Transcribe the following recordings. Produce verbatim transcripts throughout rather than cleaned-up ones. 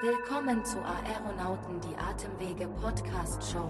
Willkommen zu Aeronauten, die Atemwege Podcast Show.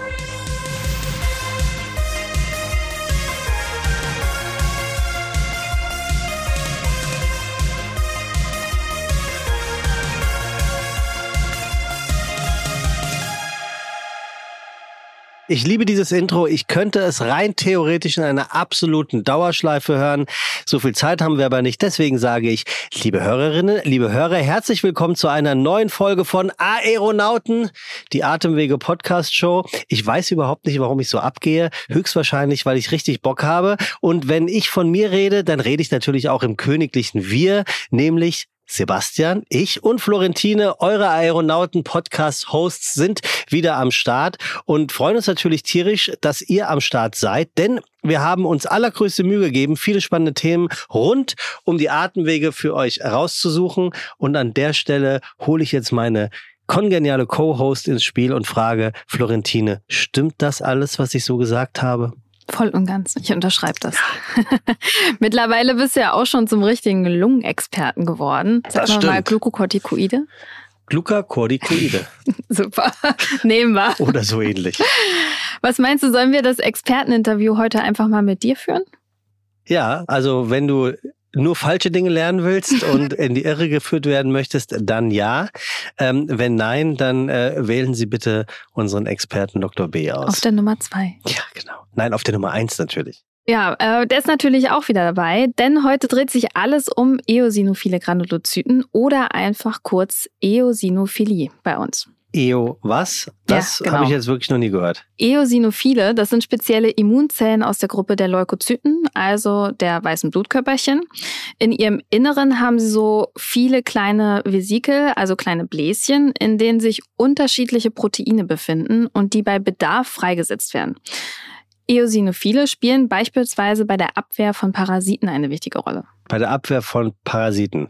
Ich liebe dieses Intro. Ich könnte es rein theoretisch in einer absoluten Dauerschleife hören. So viel Zeit haben wir aber nicht. Deswegen sage ich, liebe Hörerinnen, liebe Hörer, herzlich willkommen zu einer neuen Folge von Aeronauten, die Atemwege Podcast Show. Ich weiß überhaupt nicht, warum ich so abgehe. Höchstwahrscheinlich, weil ich richtig Bock habe. Und wenn ich von mir rede, dann rede ich natürlich auch im königlichen Wir, nämlich Sebastian, ich und Florentine, eure Aeronauten-Podcast-Hosts, sind wieder am Start und freuen uns natürlich tierisch, dass ihr am Start seid, denn wir haben uns allergrößte Mühe gegeben, viele spannende Themen rund um die Atemwege für euch rauszusuchen. Und an der Stelle hole ich jetzt meine kongeniale Co-Host ins Spiel und frage, Florentine, stimmt das alles, was ich so gesagt habe? Voll und ganz. Ich unterschreibe das. Mittlerweile bist du ja auch schon zum richtigen Lungenexperten geworden. Sag das mal Glukokortikoide. Glukokortikoide. Super. Nehmen wir. Oder so ähnlich. Was meinst du, sollen wir das Experteninterview heute einfach mal mit dir führen? Ja, also wenn du nur falsche Dinge lernen willst und in die Irre geführt werden möchtest, dann ja. Ähm, wenn nein, dann äh, wählen Sie bitte unseren Experten Doktor B aus. Auf der Nummer zwei. Ja, genau. Nein, auf der Nummer eins natürlich. Ja, äh, der ist natürlich auch wieder dabei, denn heute dreht sich alles um eosinophile Granulozyten oder einfach kurz Eosinophilie bei uns. Eo was? Das ja, genau. Habe ich jetzt wirklich noch nie gehört. Eosinophile, das sind spezielle Immunzellen aus der Gruppe der Leukozyten, also der weißen Blutkörperchen. In ihrem Inneren haben sie so viele kleine Vesikel, also kleine Bläschen, in denen sich unterschiedliche Proteine befinden und die bei Bedarf freigesetzt werden. Eosinophile spielen beispielsweise bei der Abwehr von Parasiten eine wichtige Rolle. Bei der Abwehr von Parasiten.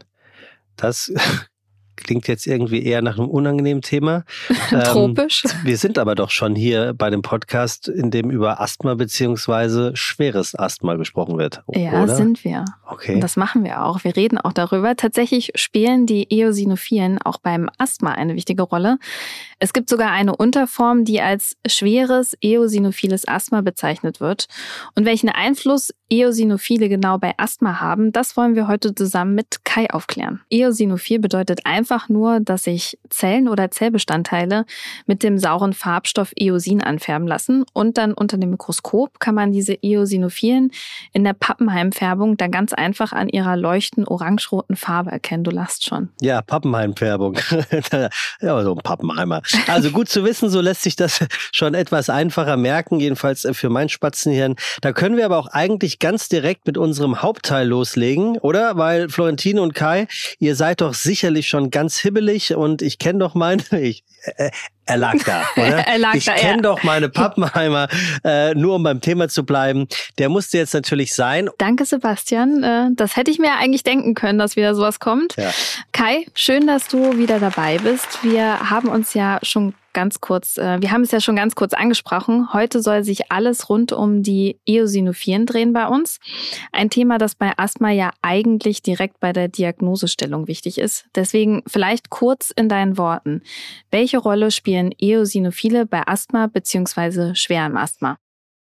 Das klingt jetzt irgendwie eher nach einem unangenehmen Thema. Tropisch. Ähm, wir sind aber doch schon hier bei dem Podcast, in dem über Asthma bzw. schweres Asthma gesprochen wird. Ja, oder? Sind wir. Okay. Und das machen wir auch. Wir reden auch darüber. Tatsächlich spielen die Eosinophilen auch beim Asthma eine wichtige Rolle. Es gibt sogar eine Unterform, die als schweres eosinophiles Asthma bezeichnet wird. Und welchen Einfluss Eosinophile genau bei Asthma haben, das wollen wir heute zusammen mit Kai aufklären. Eosinophil bedeutet einfach nur, dass sich Zellen oder Zellbestandteile mit dem sauren Farbstoff Eosin anfärben lassen und dann unter dem Mikroskop kann man diese Eosinophilen in der Pappenheim-Färbung dann ganz einfach an ihrer leuchtend orange-roten Farbe erkennen. Du lachst schon. Ja, Pappenheim-Färbung. Ja, so ein Pappenheimer. Also gut zu wissen, so lässt sich das schon etwas einfacher merken, jedenfalls für mein Spatzenhirn. Da können wir aber auch eigentlich ganz direkt mit unserem Hauptteil loslegen, oder? Weil Florentine und Kai, ihr seid doch sicherlich schon ganz hibbelig und ich kenne doch meine... Ich, äh, er lag da, oder? er lag ich da, kenne ja. doch meine Pappenheimer, äh, nur um beim Thema zu bleiben. Der musste jetzt natürlich sein. Danke, Sebastian. Äh, das hätte ich mir eigentlich denken können, dass wieder sowas kommt. Ja. Kai, schön, dass du wieder dabei bist. Wir haben uns ja schon ganz kurz, äh, wir haben es ja schon ganz kurz angesprochen. Heute soll sich alles rund um die Eosinophilen drehen bei uns. Ein Thema, das bei Asthma ja eigentlich direkt bei der Diagnosestellung wichtig ist. Deswegen vielleicht kurz in deinen Worten. Welche Rolle spielen Eosinophile bei Asthma bzw. schwerem Asthma?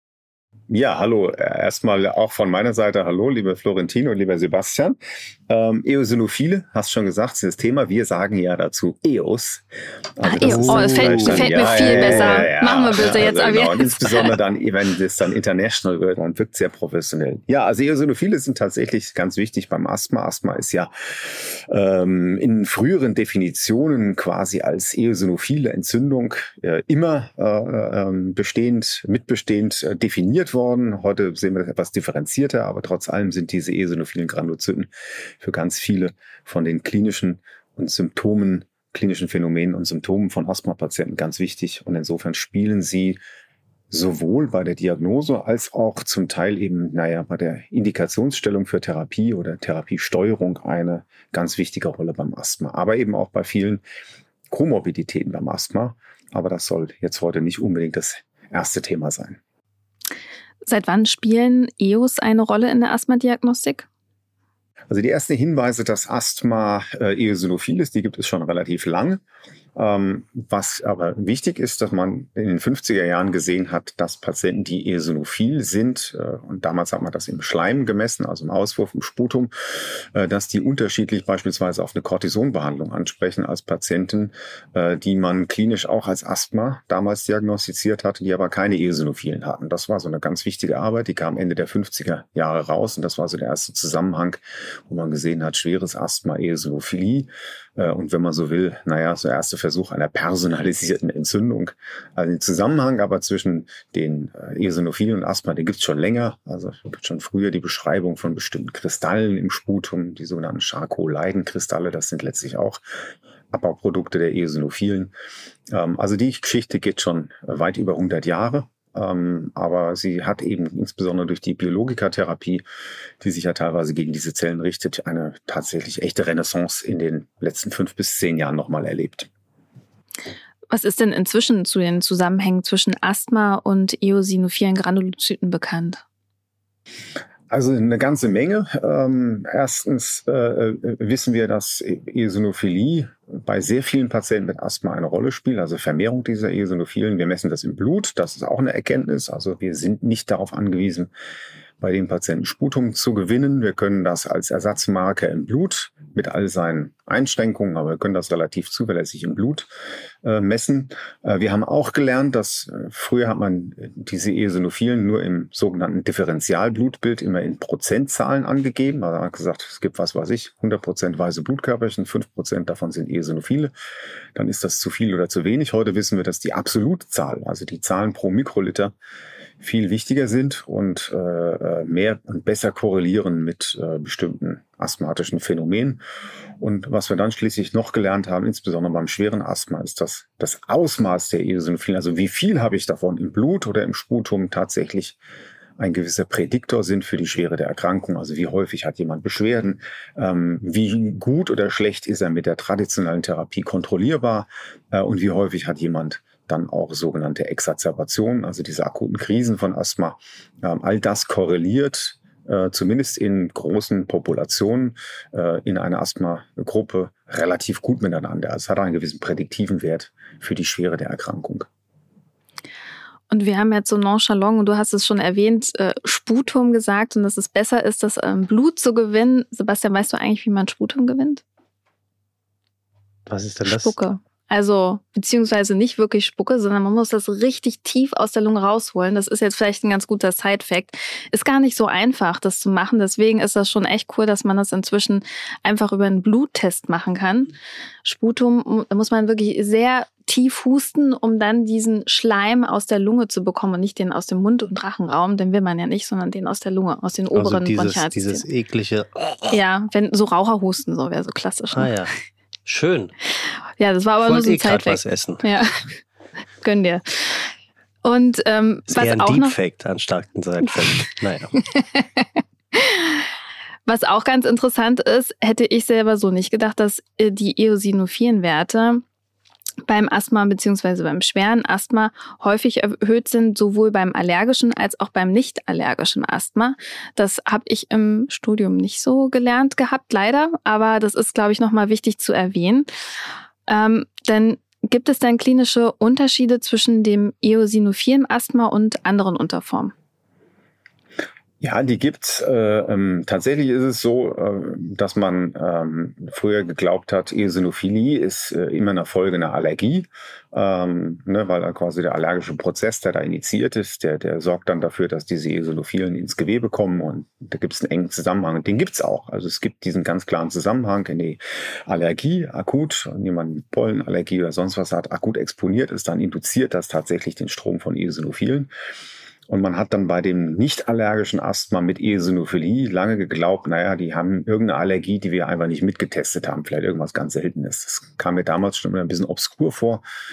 Ja, hallo. Erstmal auch von meiner Seite hallo, liebe Florentine und lieber Sebastian. Ähm, Eosinophile, hast schon gesagt, ist das Thema. Wir sagen ja dazu Eos. Also Ach, Eos. Oh, es fällt, dann, fällt ja, mir viel ja, besser. Ja, ja, Machen wir bitte ja, jetzt also ab genau. Und insbesondere dann, wenn es dann international wird, dann wirkt es sehr professionell. Ja, also Eosinophile sind tatsächlich ganz wichtig beim Asthma. Asthma ist ja ähm, in früheren Definitionen quasi als eosinophile Entzündung äh, immer äh, äh, bestehend, mitbestehend äh, definiert worden. Heute sehen wir das etwas differenzierter, aber trotz allem sind diese eosinophilen Granulozyten für ganz viele von den klinischen und Symptomen, klinischen Phänomenen und Symptomen von Asthma-Patienten ganz wichtig. Und insofern spielen sie sowohl bei der Diagnose als auch zum Teil eben, naja, bei der Indikationsstellung für Therapie oder Therapiesteuerung eine ganz wichtige Rolle beim Asthma. Aber eben auch bei vielen Komorbiditäten beim Asthma. Aber das soll jetzt heute nicht unbedingt das erste Thema sein. Seit wann spielen E Os eine Rolle in der Asthma-Diagnostik? Also die ersten Hinweise, dass Asthma äh, eosinophil ist, die gibt es schon relativ lange. Ähm, was aber wichtig ist, dass man in den fünfziger Jahren gesehen hat, dass Patienten, die eosinophil sind, äh, und damals hat man das im Schleim gemessen, also im Auswurf, im Sputum, äh, dass die unterschiedlich beispielsweise auf eine Cortisonbehandlung ansprechen als Patienten, äh, die man klinisch auch als Asthma damals diagnostiziert hatte, die aber keine eosinophilen hatten. Das war so eine ganz wichtige Arbeit, die kam Ende der fünfziger Jahre raus und das war so der erste Zusammenhang, wo man gesehen hat, schweres Asthma, Eosinophilie. Und wenn man so will, naja, so der erste Versuch einer personalisierten Entzündung. Also den Zusammenhang aber zwischen den Eosinophilen und Asthma, den gibt es schon länger. Also es gibt schon früher die Beschreibung von bestimmten Kristallen im Sputum, die sogenannten Charcot-Leiden-Kristalle. Das sind letztlich auch Abbauprodukte der Eosinophilen. Also die Geschichte geht schon weit über hundert Jahre. Ähm, aber sie hat eben insbesondere durch die Biologikatherapie, die sich ja teilweise gegen diese Zellen richtet, eine tatsächlich echte Renaissance in den letzten fünf bis zehn Jahren nochmal erlebt. Was ist denn inzwischen zu den Zusammenhängen zwischen Asthma und eosinophilen Granulozyten bekannt? Also eine ganze Menge. Ähm, erstens äh, wissen wir, dass Eosinophilie bei sehr vielen Patienten mit Asthma eine Rolle spielt, also Vermehrung dieser Eosinophilen. Wir messen das im Blut, das ist auch eine Erkenntnis. Also wir sind nicht darauf angewiesen, bei den Patienten Sputum zu gewinnen. Wir können das als Ersatzmarker im Blut mit all seinen Einschränkungen, aber wir können das relativ zuverlässig im Blut äh, messen. Äh, wir haben auch gelernt, dass äh, früher hat man diese Eosinophilen nur im sogenannten Differentialblutbild immer in Prozentzahlen angegeben. Also man hat gesagt, es gibt, was weiß ich, hundert Prozent weiße Blutkörperchen, fünf Prozent davon sind Eosinophile. Dann ist das zu viel oder zu wenig. Heute wissen wir, dass die Absolutzahl, also die Zahlen pro Mikroliter, viel wichtiger sind und äh, mehr und besser korrelieren mit äh, bestimmten asthmatischen Phänomenen. Und was wir dann schließlich noch gelernt haben, insbesondere beim schweren Asthma, ist, dass das Ausmaß der Eosinophilen, also wie viel habe ich davon im Blut oder im Sputum, tatsächlich ein gewisser Prädiktor sind für die Schwere der Erkrankung. Also wie häufig hat jemand Beschwerden, ähm, wie gut oder schlecht ist er mit der traditionellen Therapie kontrollierbar äh, und wie häufig hat jemand dann auch sogenannte Exacerbationen, also diese akuten Krisen von Asthma. Ähm, all das korreliert, äh, zumindest in großen Populationen, äh, in einer Asthma-Gruppe relativ gut miteinander. Also es hat einen gewissen prädiktiven Wert für die Schwere der Erkrankung. Und wir haben jetzt so nonchalant, und du hast es schon erwähnt, äh, Sputum gesagt und dass es besser ist, das ähm, Blut zu gewinnen. Sebastian, weißt du eigentlich, wie man Sputum gewinnt? Was ist denn das? Spucke. Also, beziehungsweise nicht wirklich Spucke, sondern man muss das richtig tief aus der Lunge rausholen. Das ist jetzt vielleicht ein ganz guter Side-Fact. Ist gar nicht so einfach, das zu machen. Deswegen ist das schon echt cool, dass man das inzwischen einfach über einen Bluttest machen kann. Sputum, da muss man wirklich sehr tief husten, um dann diesen Schleim aus der Lunge zu bekommen und nicht den aus dem Mund- und Rachenraum. Den will man ja nicht, sondern den aus der Lunge, aus den oberen also dieses, Bronchialsystemen. dieses eklige... Ja, wenn so Raucherhusten, so wäre so klassisch. Ne? Ah ja. Schön. Ja, das war aber ich nur so ein eh grad Zeitfact. was essen. Ja, gönn dir. Und ähm, ist was eher ein auch noch, Deepfake anstatt ein Sidefact. Naja. Was auch ganz interessant ist, hätte ich selber so nicht gedacht, dass äh, die eosinophilen Werte beim Asthma bzw. beim schweren Asthma häufig erhöht sind, sowohl beim allergischen als auch beim nicht allergischen Asthma. Das habe ich im Studium nicht so gelernt gehabt, leider. Aber das ist, glaube ich, nochmal wichtig zu erwähnen. Ähm, denn gibt es denn klinische Unterschiede zwischen dem eosinophilen Asthma und anderen Unterformen? Ja, die gibt's. Äh, ähm, tatsächlich ist es so, äh, dass man ähm, früher geglaubt hat, Eosinophilie ist äh, immer eine Folge einer Allergie, ähm, ne, weil dann quasi der allergische Prozess, der da initiiert ist, der, der sorgt dann dafür, dass diese Eosinophilen ins Gewebe kommen und da gibt es einen engen Zusammenhang. Den gibt's auch. Also es gibt diesen ganz klaren Zusammenhang in die Allergie, akut, und jemand mit Pollenallergie oder sonst was hat, akut exponiert ist, dann induziert das tatsächlich den Strom von Eosinophilen. Und man hat dann bei dem nicht allergischen Asthma mit Eosinophilie lange geglaubt, naja, die haben irgendeine Allergie, die wir einfach nicht mitgetestet haben. Vielleicht irgendwas ganz Seltenes. Das kam mir damals schon ein bisschen obskur vor.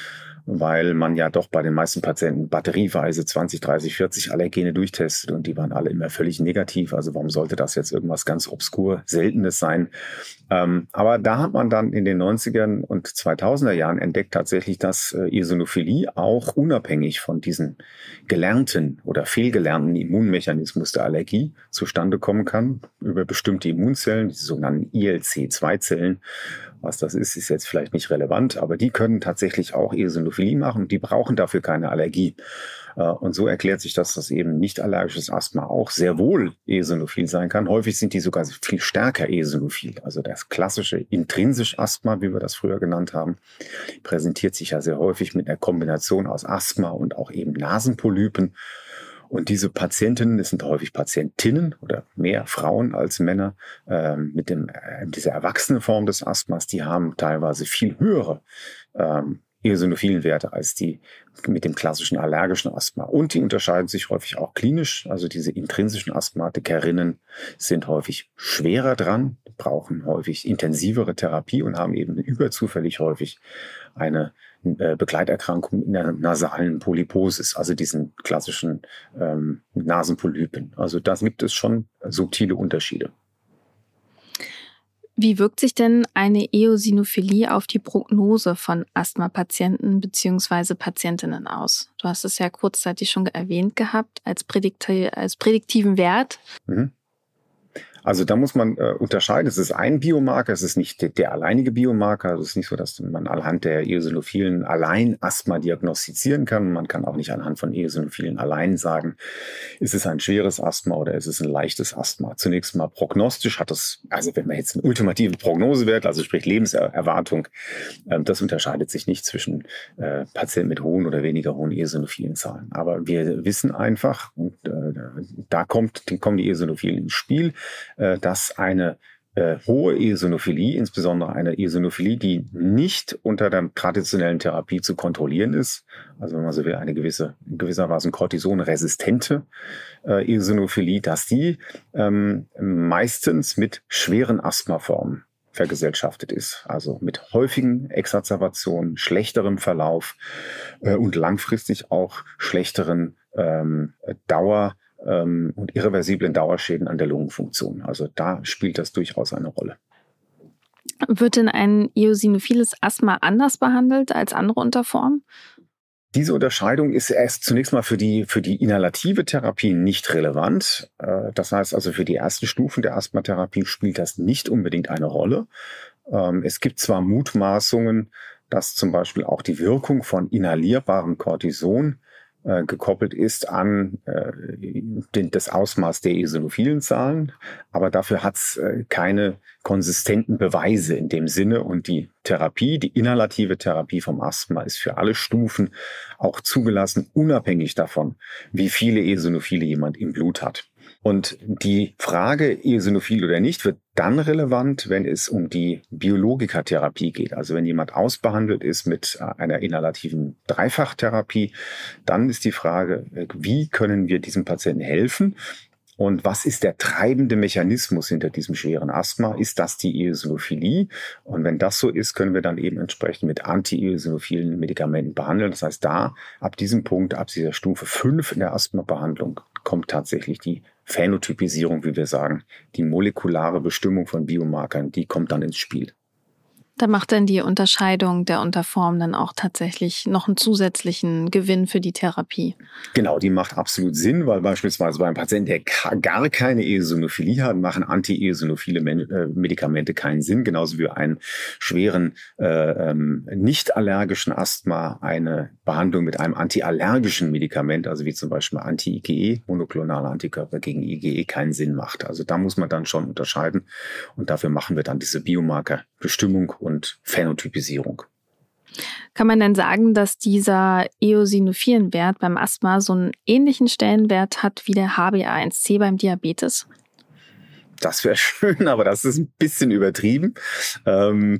weil man ja doch bei den meisten Patienten batterieweise zwanzig, dreißig, vierzig Allergene durchtestet und die waren alle immer völlig negativ. Also warum sollte das jetzt irgendwas ganz obskur Seltenes sein? Ähm, aber da hat man dann in den neunzigern und zweitausender Jahren entdeckt tatsächlich, dass äh, Eosinophilie auch unabhängig von diesen gelernten oder fehlgelernten Immunmechanismus der Allergie zustande kommen kann über bestimmte Immunzellen, die sogenannten I L C zwei Zellen. Was das ist, ist jetzt vielleicht nicht relevant, aber die können tatsächlich auch Eosinophilie machen und die brauchen dafür keine Allergie. Und so erklärt sich das, dass eben nicht allergisches Asthma auch sehr wohl eosinophil sein kann. Häufig sind die sogar viel stärker eosinophil. Also das klassische intrinsisch Asthma, wie wir das früher genannt haben, präsentiert sich ja sehr häufig mit einer Kombination aus Asthma und auch eben Nasenpolypen. Und diese Patientinnen, das sind häufig Patientinnen oder mehr Frauen als Männer, ähm, mit dem, äh, dieser erwachsenen Form des Asthmas, die haben teilweise viel höhere ähm, eosinophilen Werte als die mit dem klassischen allergischen Asthma. Und die unterscheiden sich häufig auch klinisch. Also diese intrinsischen Asthmatikerinnen sind häufig schwerer dran, brauchen häufig intensivere Therapie und haben eben überzufällig häufig eine äh, Begleiterkrankung in der nasalen Polyposis, also diesen klassischen ähm, Nasenpolypen. Also da gibt es schon subtile Unterschiede. Wie wirkt sich denn eine Eosinophilie auf die Prognose von Asthma-Patienten bzw. Patientinnen aus? Du hast es ja kurzzeitig schon erwähnt gehabt, als, prädikti- als prädiktiven Wert. Mhm. Also da muss man äh, unterscheiden. Es ist ein Biomarker, es ist nicht der, der alleinige Biomarker. Also es ist nicht so, dass man anhand der Eosinophilen allein Asthma diagnostizieren kann. Man kann auch nicht anhand von Eosinophilen allein sagen, ist es ein schweres Asthma oder ist es ein leichtes Asthma. Zunächst mal prognostisch hat es, also wenn man jetzt einen ultimativen Prognosewert, also sprich Lebenserwartung, äh, das unterscheidet sich nicht zwischen äh, Patienten mit hohen oder weniger hohen eosinophilen Zahlen. Aber wir wissen einfach, und äh, da kommt, kommen die Eosinophilen ins Spiel, dass eine äh, hohe Eosinophilie, insbesondere eine Eosinophilie, die nicht unter der traditionellen Therapie zu kontrollieren ist, also wenn man so will, eine gewisse, gewissermaßen kortisonresistente äh, Eosinophilie, dass die ähm, meistens mit schweren Asthmaformen vergesellschaftet ist, also mit häufigen Exacerbationen, schlechterem Verlauf äh, und langfristig auch schlechteren ähm, Dauer und irreversiblen Dauerschäden an der Lungenfunktion. Also da spielt das durchaus eine Rolle. Wird denn ein eosinophiles Asthma anders behandelt als andere Unterformen? Diese Unterscheidung ist erst zunächst mal für die, für die inhalative Therapie nicht relevant. Das heißt also, für die ersten Stufen der Asthmatherapie spielt das nicht unbedingt eine Rolle. Es gibt zwar Mutmaßungen, dass zum Beispiel auch die Wirkung von inhalierbarem Cortison gekoppelt ist an äh, den, das Ausmaß der eosinophilen Zahlen. Aber dafür hat es äh, keine konsistenten Beweise in dem Sinne. Und die Therapie, die inhalative Therapie vom Asthma ist für alle Stufen auch zugelassen, unabhängig davon, wie viele Eosinophile jemand im Blut hat. Und die Frage, eosinophil oder nicht, wird dann relevant, wenn es um die Biologikatherapie geht. Also wenn jemand ausbehandelt ist mit einer inhalativen Dreifachtherapie, dann ist die Frage, wie können wir diesem Patienten helfen? Und was ist der treibende Mechanismus hinter diesem schweren Asthma? Ist das die Eosinophilie? Und wenn das so ist, können wir dann eben entsprechend mit anti-eosinophilen Medikamenten behandeln. Das heißt, da, ab diesem Punkt, ab dieser Stufe fünf in der Asthmabehandlung, kommt tatsächlich die Phänotypisierung, wie wir sagen, die molekulare Bestimmung von Biomarkern, die kommt dann ins Spiel. Da macht dann die Unterscheidung der Unterformen dann auch tatsächlich noch einen zusätzlichen Gewinn für die Therapie. Genau, die macht absolut Sinn, weil beispielsweise bei einem Patienten, der gar keine Eosinophilie hat, machen anti-eosinophile Medikamente keinen Sinn. Genauso wie bei einem schweren, äh, ähm, nicht allergischen Asthma eine Behandlung mit einem antiallergischen Medikament, also wie zum Beispiel Anti-I G E, monoklonale Antikörper gegen I G E, keinen Sinn macht. Also da muss man dann schon unterscheiden und dafür machen wir dann diese Biomarkerbestimmung und Phänotypisierung. Kann man denn sagen, dass dieser eosinophilen Wert beim Asthma so einen ähnlichen Stellenwert hat wie der H b A eins C beim Diabetes? Das wäre schön, aber das ist ein bisschen übertrieben. Ähm,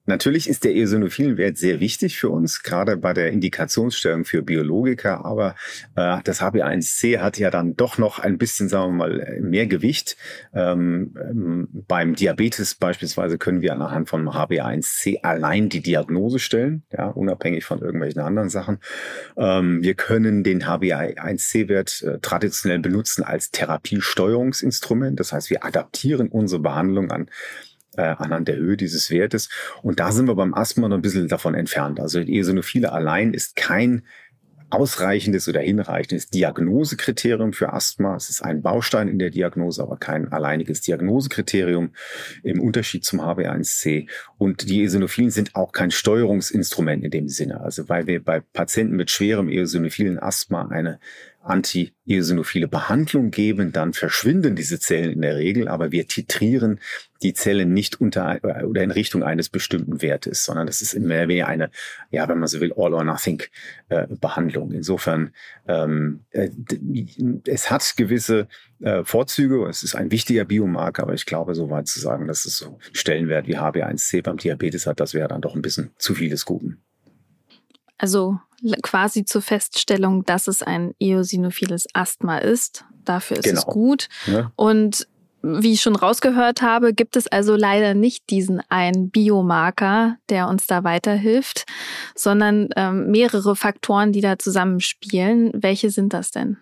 Natürlich ist der Eosinophilenwert sehr wichtig für uns, gerade bei der Indikationsstellung für Biologiker. Aber äh, das H b A eins C hat ja dann doch noch ein bisschen, sagen wir mal, mehr Gewicht. Ähm, ähm, beim Diabetes beispielsweise können wir anhand von H b A eins C allein die Diagnose stellen, ja, unabhängig von irgendwelchen anderen Sachen. Ähm, wir können den H b A eins C-Wert äh, traditionell benutzen als Therapiesteuerungsinstrument. Das heißt, wir adaptieren unsere Behandlung an Äh, anhand der Höhe dieses Wertes. Und da sind wir beim Asthma noch ein bisschen davon entfernt. Also die Eosinophile allein ist kein ausreichendes oder hinreichendes Diagnosekriterium für Asthma. Es ist ein Baustein in der Diagnose, aber kein alleiniges Diagnosekriterium im Unterschied zum H b A eins C. Und die Eosinophilen sind auch kein Steuerungsinstrument in dem Sinne. Also weil wir bei Patienten mit schwerem eosinophilen Asthma eine anti-eosinophile Behandlung geben, dann verschwinden diese Zellen in der Regel, aber wir titrieren die Zellen nicht unter oder in Richtung eines bestimmten Wertes, sondern das ist mehr oder weniger eine, ja, wenn man so will, All-or-Nothing-Behandlung. Äh, Insofern, ähm, äh, es hat gewisse äh, Vorzüge, es ist ein wichtiger Biomarker, aber ich glaube, so weit zu sagen, dass es so einen Stellenwert wie H b A eins C beim Diabetes hat, das wäre dann doch ein bisschen zu viel des Guten. Also quasi zur Feststellung, dass es ein eosinophiles Asthma ist. Dafür ist genau. es gut. Ja. Und wie ich schon rausgehört habe, gibt es also leider nicht diesen einen Biomarker, der uns da weiterhilft, sondern ähm, mehrere Faktoren, die da zusammenspielen. Welche sind das denn?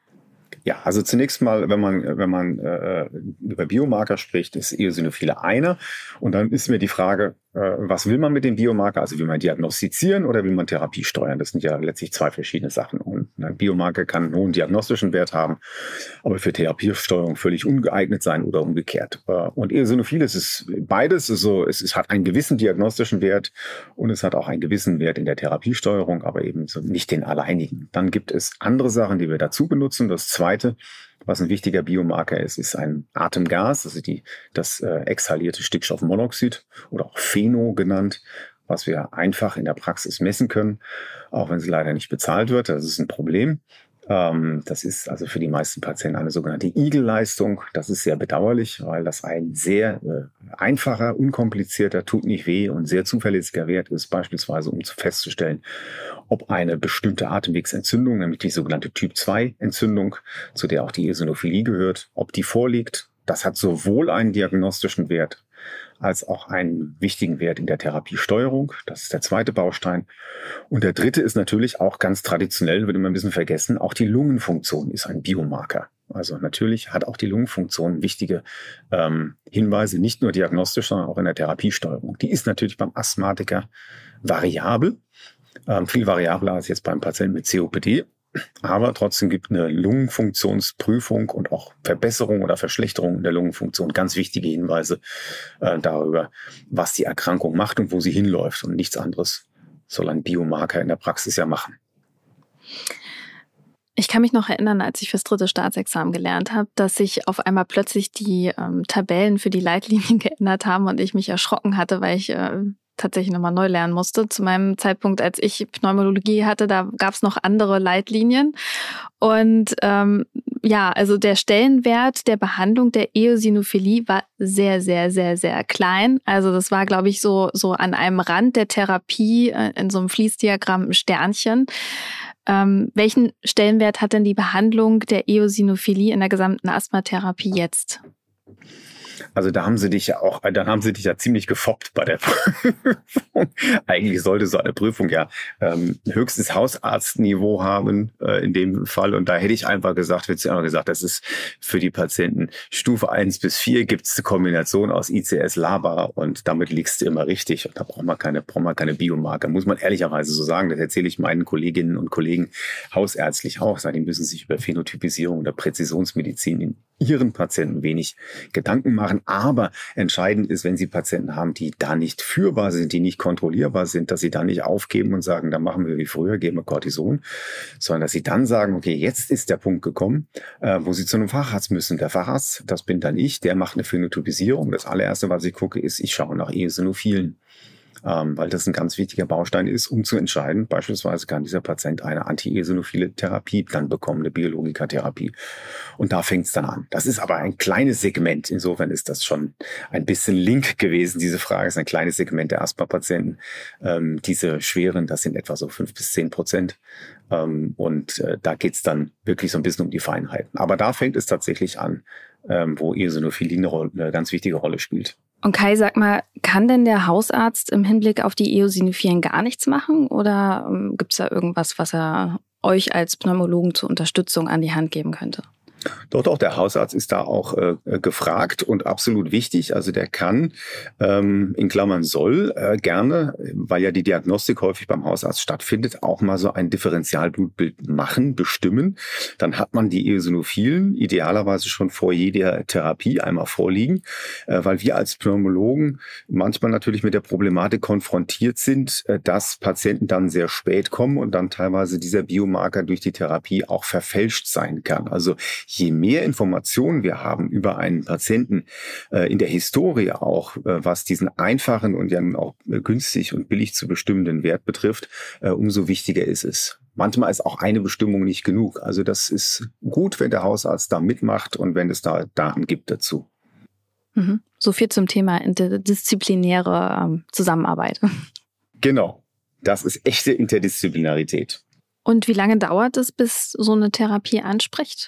Ja, also zunächst mal, wenn man wenn man äh, über Biomarker spricht, ist Eosinophile einer. Und dann ist mir die Frage, äh, was will man mit dem Biomarker? Also will man diagnostizieren oder will man Therapie steuern? Das sind ja letztlich zwei verschiedene Sachen. Und ein Biomarker kann einen hohen diagnostischen Wert haben, aber für Therapiesteuerung völlig ungeeignet sein oder umgekehrt. Äh, und Eosinophile ist beides. Also es, es hat einen gewissen diagnostischen Wert und es hat auch einen gewissen Wert in der Therapiesteuerung, aber eben so nicht den alleinigen. Dann gibt es andere Sachen, die wir dazu benutzen. Das zweite, was ein wichtiger Biomarker ist, ist ein Atemgas, also die, das äh, exhalierte Stickstoffmonoxid oder auch Pheno genannt, was wir einfach in der Praxis messen können, auch wenn es leider nicht bezahlt wird. Das ist ein Problem. Ähm, das ist also für die meisten Patienten eine sogenannte Igel-Leistung. Das ist sehr bedauerlich, weil das ein sehr äh, einfacher, unkomplizierter, tut nicht weh und sehr zuverlässiger Wert ist, beispielsweise um festzustellen, ob eine bestimmte Atemwegsentzündung, nämlich die sogenannte Typ zwei Entzündung, zu der auch die Eosinophilie gehört, ob die vorliegt. Das hat sowohl einen diagnostischen Wert als auch einen wichtigen Wert in der Therapiesteuerung. Das ist der zweite Baustein. Und der dritte ist natürlich auch ganz traditionell, wird immer ein bisschen vergessen, auch die Lungenfunktion ist ein Biomarker. Also natürlich hat auch die Lungenfunktion wichtige ähm, Hinweise, nicht nur diagnostisch, sondern auch in der Therapiesteuerung. Die ist natürlich beim Asthmatiker variabel, ähm, viel variabler als jetzt beim Patienten mit C O P D. Aber trotzdem gibt eine Lungenfunktionsprüfung und auch Verbesserung oder Verschlechterung in der Lungenfunktion ganz wichtige Hinweise äh, darüber, was die Erkrankung macht und wo sie hinläuft. Und nichts anderes soll ein Biomarker in der Praxis ja machen. Ich kann mich noch erinnern, als ich fürs dritte Staatsexamen gelernt habe, dass sich auf einmal plötzlich die ähm, Tabellen für die Leitlinien geändert haben und ich mich erschrocken hatte, weil ich äh, tatsächlich nochmal neu lernen musste. Zu meinem Zeitpunkt, als ich Pneumologie hatte, da gab es noch andere Leitlinien. Und ähm, ja, also der Stellenwert der Behandlung der Eosinophilie war sehr, sehr, sehr, sehr klein. Also das war, glaube ich, so so an einem Rand der Therapie äh, in so einem Fließdiagramm ein Sternchen. Ähm, welchen Stellenwert hat denn die Behandlung der Eosinophilie in der gesamten Asthmatherapie jetzt? Also da haben sie dich ja auch, dann haben sie dich ja ziemlich gefoppt bei der Prüfung. Eigentlich sollte so eine Prüfung ja ähm, höchstes Hausarztniveau haben äh, in dem Fall. Und da hätte ich einfach gesagt, hätte ich einfach gesagt, das ist für die Patienten Stufe eins bis vier gibt es eine Kombination aus I C S, LABA und damit liegst du immer richtig. Und da braucht man keine, braucht man keine Biomarker, muss man ehrlicherweise so sagen. Das erzähle ich meinen Kolleginnen und Kollegen hausärztlich auch. Die müssen sich über Phänotypisierung oder Präzisionsmedizin in ihren Patienten wenig Gedanken machen. Aber entscheidend ist, wenn Sie Patienten haben, die da nicht führbar sind, die nicht kontrollierbar sind, dass Sie da nicht aufgeben und sagen, dann machen wir wie früher, geben wir Cortison, sondern dass Sie dann sagen, okay, jetzt ist der Punkt gekommen, äh, wo Sie zu einem Facharzt müssen. Der Facharzt, das bin dann ich, der macht eine Phänotypisierung. Das allererste, was ich gucke, ist, ich schaue nach Eosinophilen. ähm, weil das ein ganz wichtiger Baustein ist, um zu entscheiden, beispielsweise kann dieser Patient eine anti-eosinophile Therapie dann bekommen, eine Biologikatherapie. Und da fängt es dann an. Das ist aber ein kleines Segment. Insofern ist das schon ein bisschen link gewesen. Diese Frage ist ein kleines Segment der Asthma-Patienten. Ähm, diese schweren, das sind etwa so fünf bis zehn Prozent. Ähm, und äh, da geht's dann wirklich so ein bisschen um die Feinheiten. Aber da fängt es tatsächlich an, ähm, wo Eosinophilie eine, Rolle, eine ganz wichtige Rolle spielt. Und Kai, sag mal, kann denn der Hausarzt im Hinblick auf die Eosinophilen gar nichts machen? Oder ähm, gibt's da irgendwas, was er euch als Pneumologen zur Unterstützung an die Hand geben könnte? Doch, doch, der Hausarzt ist da auch äh, gefragt und absolut wichtig. Also der kann, ähm, in Klammern soll, äh, gerne, weil ja die Diagnostik häufig beim Hausarzt stattfindet, auch mal so ein Differentialblutbild machen, bestimmen. Dann hat man die Eosinophilen idealerweise schon vor jeder Therapie einmal vorliegen, äh, weil wir als Pneumologen manchmal natürlich mit der Problematik konfrontiert sind, äh, dass Patienten dann sehr spät kommen und dann teilweise dieser Biomarker durch die Therapie auch verfälscht sein kann. Also je mehr Informationen wir haben über einen Patienten äh, in der Historie auch, äh, was diesen einfachen und ja nun auch äh, günstig und billig zu bestimmenden Wert betrifft, äh, umso wichtiger ist es. Manchmal ist auch eine Bestimmung nicht genug. Also das ist gut, wenn der Hausarzt da mitmacht und wenn es da Daten gibt dazu. Mhm. So viel zum Thema interdisziplinäre ähm, Zusammenarbeit. Genau, das ist echte Interdisziplinarität. Und wie lange dauert es, bis so eine Therapie anspricht?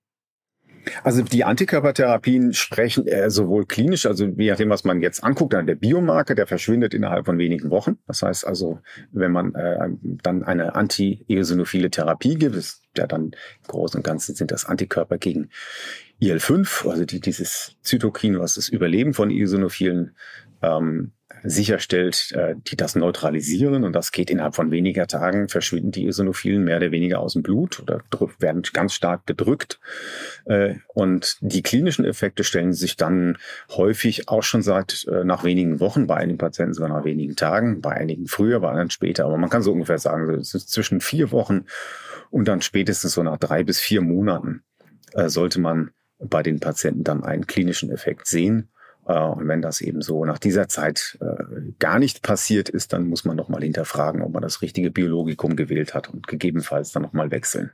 Also die Antikörpertherapien sprechen äh, sowohl klinisch, also je nachdem, was man jetzt anguckt, dann der Biomarker, der verschwindet innerhalb von wenigen Wochen. Das heißt also, wenn man äh, dann eine anti-eosinophile Therapie gibt, ist ja dann im Großen und Ganzen sind das Antikörper gegen I L fünf, also die, dieses Zytokin, was das Überleben von Eosinophilen ähm, sicherstellt, äh, die das neutralisieren, und das geht innerhalb von weniger Tagen, verschwinden die Eosinophilen mehr oder weniger aus dem Blut oder werden ganz stark gedrückt. Äh, und die klinischen Effekte stellen sich dann häufig auch schon seit äh, nach wenigen Wochen, bei einigen Patienten sogar nach wenigen Tagen, bei einigen früher, bei anderen später. Aber man kann so ungefähr sagen, es ist zwischen vier Wochen und dann spätestens so nach drei bis vier Monaten äh, sollte man bei den Patienten dann einen klinischen Effekt sehen. Und wenn das eben so nach dieser Zeit äh, gar nicht passiert ist, dann muss man nochmal hinterfragen, ob man das richtige Biologikum gewählt hat und gegebenenfalls dann nochmal wechseln.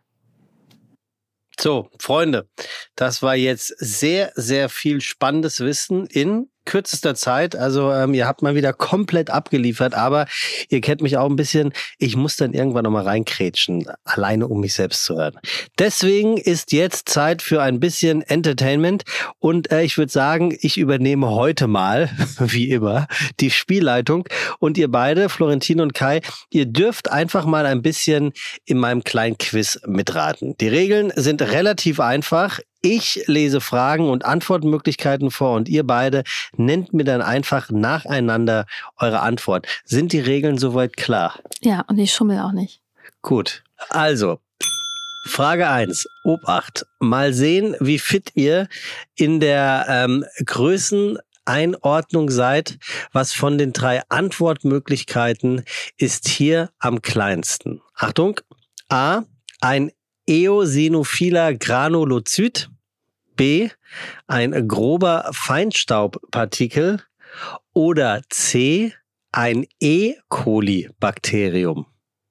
So, Freunde, das war jetzt sehr, sehr viel spannendes Wissen in kürzester Zeit. Also ähm, ihr habt mal wieder komplett abgeliefert, aber ihr kennt mich auch ein bisschen. Ich muss dann irgendwann nochmal reinkrätschen, alleine um mich selbst zu hören. Deswegen ist jetzt Zeit für ein bisschen Entertainment und äh, ich würde sagen, ich übernehme heute mal, wie immer, die Spielleitung und ihr beide, Florentin und Kai, ihr dürft einfach mal ein bisschen in meinem kleinen Quiz mitraten. Die Regeln sind relativ einfach. Ich lese Fragen und Antwortmöglichkeiten vor und ihr beide nennt mir dann einfach nacheinander eure Antwort. Sind die Regeln soweit klar? Ja, und ich schummel auch nicht. Gut, also Frage eins, Obacht. Mal sehen, wie fit ihr in der ähm, Größeneinordnung seid. Was von den drei Antwortmöglichkeiten ist hier am kleinsten? Achtung, A, ein eosinophiler Granulozyt, B, ein grober Feinstaubpartikel oder C, ein E. coli-Bakterium.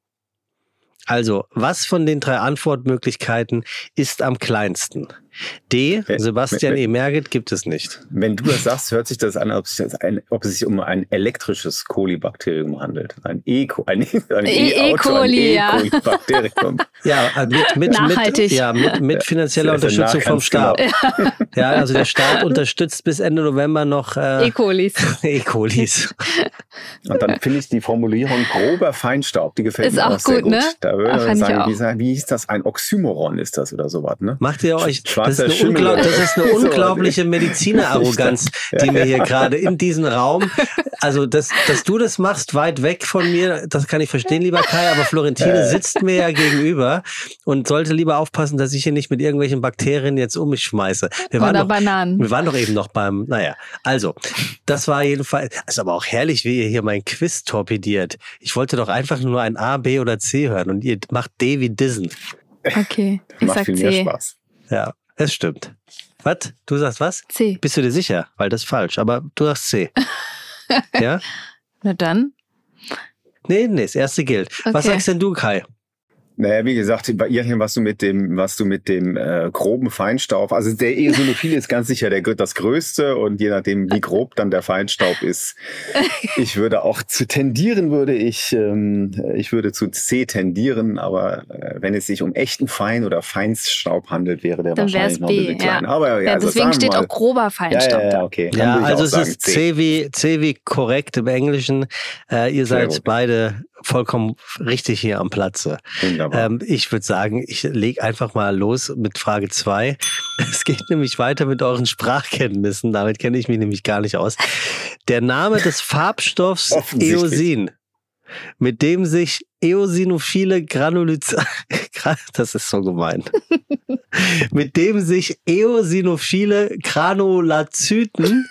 Also, was von den drei Antwortmöglichkeiten ist am kleinsten? D, Sebastian E. Merget gibt es nicht. Wenn du das sagst, hört sich das an, ob es sich, ein, ob es sich um ein elektrisches Kolibakterium handelt. Ein E-Coli, ein E-Coli, ja. E-Coli-Bakterium. Ja, mit, mit, mit, ja, mit, mit finanzieller Unterstützung vom Staat. Genau. Ja, also der Staat unterstützt bis Ende November noch äh, E-Colis. E-Colis. Und dann finde ich die Formulierung grober Feinstaub, die gefällt ist mir auch, auch sehr gut, gut. Ne? Da würde man sagen, wie, wie hieß das? Ein Oxymoron ist das oder sowas, ne? Macht ihr euch, das ist, Schimmel, unglaub, das ist eine unglaubliche Medizinerarroganz, die mir hier gerade in diesem Raum, also dass, dass du das machst, weit weg von mir, das kann ich verstehen, lieber Kai, aber Florentine sitzt mir ja gegenüber und sollte lieber aufpassen, dass ich hier nicht mit irgendwelchen Bakterien jetzt um mich schmeiße. Wir waren oder doch, Bananen. Wir waren doch eben noch beim, naja, also, das war jedenfalls, ist aber auch herrlich, wie ihr hier mein Quiz torpediert. Ich wollte doch einfach nur ein A, B oder C hören und ihr macht D wie Dissen. Okay, ich macht sag viel C. mehr Spaß. Ja, es stimmt. Was? Du sagst was? C. Bist du dir sicher? Weil das ist falsch, aber du sagst C. Ja? Na dann. Nee, nee, das erste gilt. Okay. Was sagst denn du, Kai? Naja, wie gesagt, bei ihr was du mit dem, was du mit dem äh, groben Feinstaub, also der Eosinophil ist ganz sicher der das Größte und je nachdem, wie grob dann der Feinstaub ist, ich würde auch zu tendieren, würde ich, ähm, ich würde zu C tendieren, aber äh, wenn es sich um echten Fein- oder Feinstaub handelt, wäre der dann wahrscheinlich noch ein bisschen B, kleiner. Ja. Aber ja, ja also deswegen steht auch grober Feinstaub ja, ja, da. ja, okay. Dann Ja, würde ich also auch es sagen ist C. C wie, C wie korrekt im Englischen. Äh, ihr Sehr seid gut. beide vollkommen richtig hier am Platze. Wunderbar. Ähm, ich würde sagen, ich lege einfach mal los mit Frage zwei. Es geht nämlich weiter mit euren Sprachkenntnissen. Damit kenne ich mich nämlich gar nicht aus. Der Name des Farbstoffs Offensichtlich. Eosin, mit dem sich eosinophile Granulyz... Das ist so gemein. Mit dem sich eosinophile Granulazyten...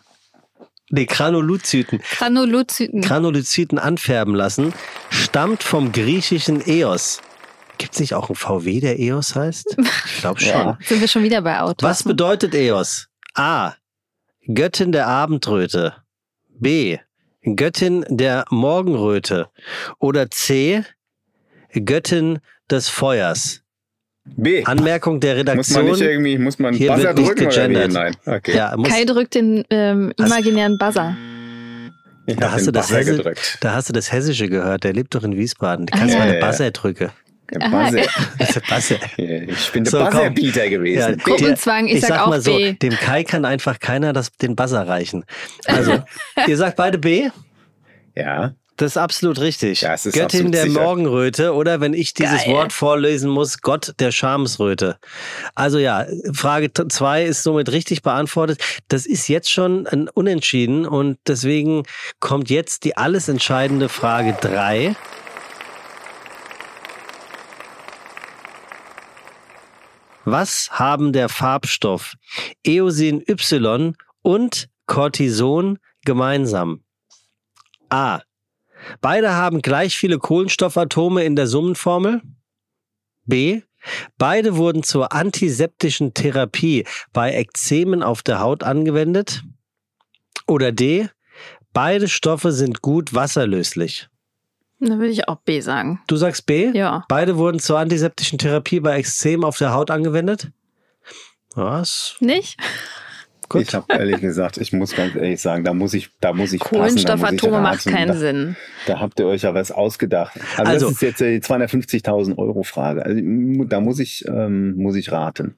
Nee, Granulozyten. Granulozyten. Granulozyten anfärben lassen, stammt vom griechischen Eos. Gibt es nicht auch einen V W, der Eos heißt? Ich glaube schon. Ja. Sind wir schon wieder bei Autos? Was bedeutet Eos? A. Göttin der Abendröte. B. Göttin der Morgenröte. Oder C. Göttin des Feuers. B. Anmerkung der Muss Redaktion. man nicht irgendwie, muss man Hier Buzzer wird nicht drücken oder wie? gegendert. Nein. Okay. ja, muss, Kai drückt den ähm, imaginären Buzzer. Ich da, hab hast den du das Buzzer Hesse, gedrückt. da hast du das Hessische gehört. Der lebt doch in Wiesbaden. Du Ah, kannst ja. mal eine Ja, ja. Buzzer drücken. Der Aha. Buzzer. Der Buzzer. Ich bin der So, komm. Buzzerbeater gewesen. Ja, B. Gruppenzwang, ich ich sag sag auch mal so, B. dem Kai kann einfach keiner das, den Buzzer reichen. Also, ihr sagt beide B? Ja. Das ist absolut richtig. Ja, es ist Göttin absolut der sicher. Morgenröte oder wenn ich dieses Geil. Wort vorlesen muss, Gott der Schamesröte. Also ja, Frage zwei ist somit richtig beantwortet. Das ist jetzt schon ein Unentschieden und deswegen kommt jetzt die alles entscheidende Frage drei. Was haben der Farbstoff Eosin Y und Cortison gemeinsam? A. Beide haben gleich viele Kohlenstoffatome in der Summenformel. B. Beide wurden zur antiseptischen Therapie bei Ekzemen auf der Haut angewendet. Oder D. Beide Stoffe sind gut wasserlöslich. Dann würde ich auch B sagen. Du sagst B? Ja. Beide wurden zur antiseptischen Therapie bei Ekzemen auf der Haut angewendet? Was? Nicht? Gut. Ich habe ehrlich gesagt, ich muss ganz ehrlich sagen, da muss ich, da muss ich passen, Kohlenstoffatome da muss ich macht raten. keinen da, Sinn. Da habt ihr euch ja was ausgedacht. Also, Also- das ist jetzt die zweihundertfünfzigtausend Euro Frage. Also da muss ich, ähm, muss ich raten.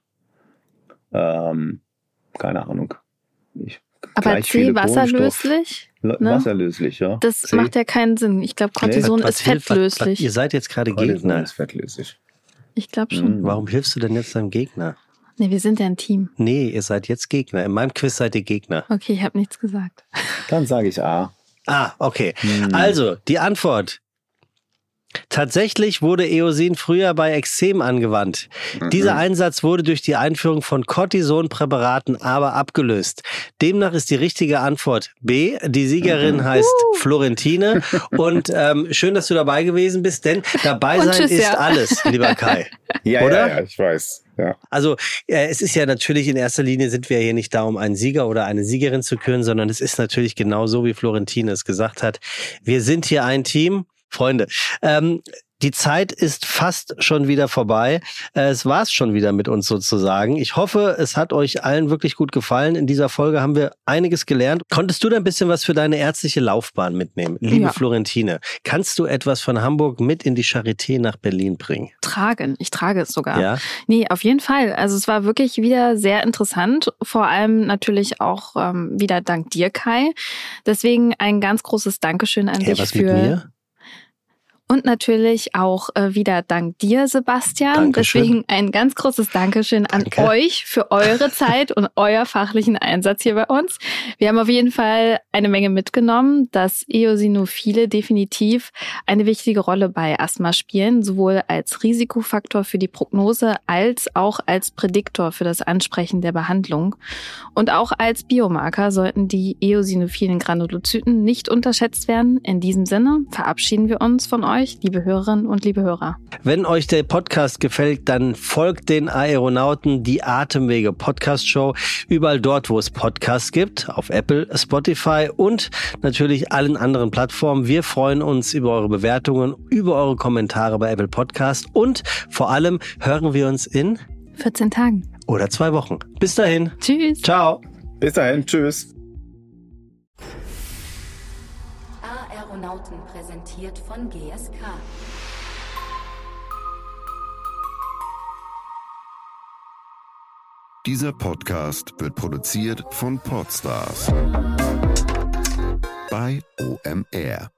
Ähm, keine Ahnung. Ich, Aber gleich C, viele wasserlöslich? Kohlenstoff- ne? Wasserlöslich, ja. Das C. macht ja keinen Sinn. Ich glaube, Cortison Was ist hilft- was- was- fettlöslich. Ihr seid jetzt gerade Cortison Gegner. ist fettlöslich. Ich glaube schon. Mhm. Warum hilfst du denn jetzt deinem Gegner? Nee, wir sind ja ein Team. Nee, ihr seid jetzt Gegner. In meinem Quiz seid ihr Gegner. Okay, ich habe nichts gesagt. Dann sage ich A. Ah, okay. Hm. Also, die Antwort. Tatsächlich wurde Eosin früher bei Ekzem angewandt. Mhm. Dieser Einsatz wurde durch die Einführung von Cortisonpräparaten aber abgelöst. Demnach ist die richtige Antwort B. Die Siegerin Mhm. heißt Florentine. Und ähm, schön, dass du dabei gewesen bist, denn dabei Und sein tschüss, ist ja. alles, lieber Kai. Ja, Oder? ja, ja, ich weiß. Ja. Also äh, es ist ja natürlich in erster Linie sind wir hier nicht da, um einen Sieger oder eine Siegerin zu küren, sondern es ist natürlich genau so, wie Florentine es gesagt hat. Wir sind hier ein Team. Freunde, ähm, die Zeit ist fast schon wieder vorbei. Äh, es war's schon wieder mit uns sozusagen. Ich hoffe, es hat euch allen wirklich gut gefallen. In dieser Folge haben wir einiges gelernt. Konntest du da ein bisschen was für deine ärztliche Laufbahn mitnehmen? Liebe Ja. Florentine, kannst du etwas von Hamburg mit in die Charité nach Berlin bringen? Tragen. Ich trage es sogar. Ja? Nee, auf jeden Fall. Also es war wirklich wieder sehr interessant. Vor allem natürlich auch ähm, wieder dank dir, Kai. Deswegen ein ganz großes Dankeschön an Hey, dich was für... mit mir? Und natürlich auch äh, wieder dank dir, Sebastian. Dankeschön. Deswegen ein ganz großes Dankeschön an Danke. euch für eure Zeit und euer fachlichen Einsatz hier bei uns. Wir haben auf jeden Fall eine Menge mitgenommen, dass Eosinophile definitiv eine wichtige Rolle bei Asthma spielen, sowohl als Risikofaktor für die Prognose als auch als Prädiktor für das Ansprechen der Behandlung. Und auch als Biomarker sollten die eosinophilen Granulozyten nicht unterschätzt werden. In diesem Sinne verabschieden wir uns von euch euch, liebe Hörerinnen und liebe Hörer. Wenn euch der Podcast gefällt, dann folgt den Aeronauten, die Atemwege Podcast Show, überall dort, wo es Podcasts gibt, auf Apple, Spotify und natürlich allen anderen Plattformen. Wir freuen uns über eure Bewertungen, über eure Kommentare bei Apple Podcast und vor allem hören wir uns in vierzehn Tagen. Oder zwei Wochen. Bis dahin. Tschüss. Ciao. Bis dahin. Tschüss. Aeronauten präsentiert von G S K. Dieser Podcast wird produziert von Podstars bei O M R.